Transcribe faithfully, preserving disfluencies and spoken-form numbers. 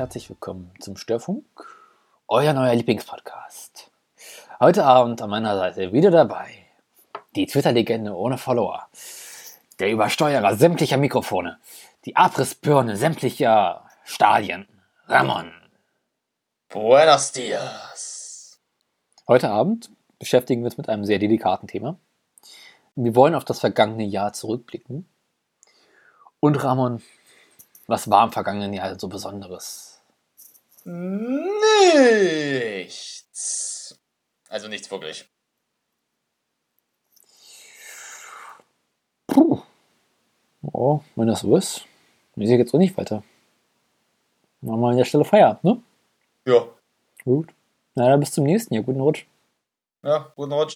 herzlich willkommen zum Störfunk, euer neuer Lieblingspodcast. Heute Abend an meiner Seite wieder dabei die Twitter-Legende ohne Follower, der Übersteuerer sämtlicher Mikrofone, die Abrissbirne sämtlicher Stadien, Ramon. Buenos dias. Heute Abend beschäftigen wir uns mit einem sehr delikaten Thema. Wir wollen auf das vergangene Jahr zurückblicken. Und Ramon, was war im vergangenen Jahr so Besonderes? Nichts. Also nichts wirklich. Puh. Oh, wenn das so ist, dann sehe ich jetzt auch nicht weiter. Machen wir an der Stelle Feierabend, ne? Ja. Gut. Na, dann bis zum nächsten Jahr. Guten Rutsch. Ja, guten Rutsch.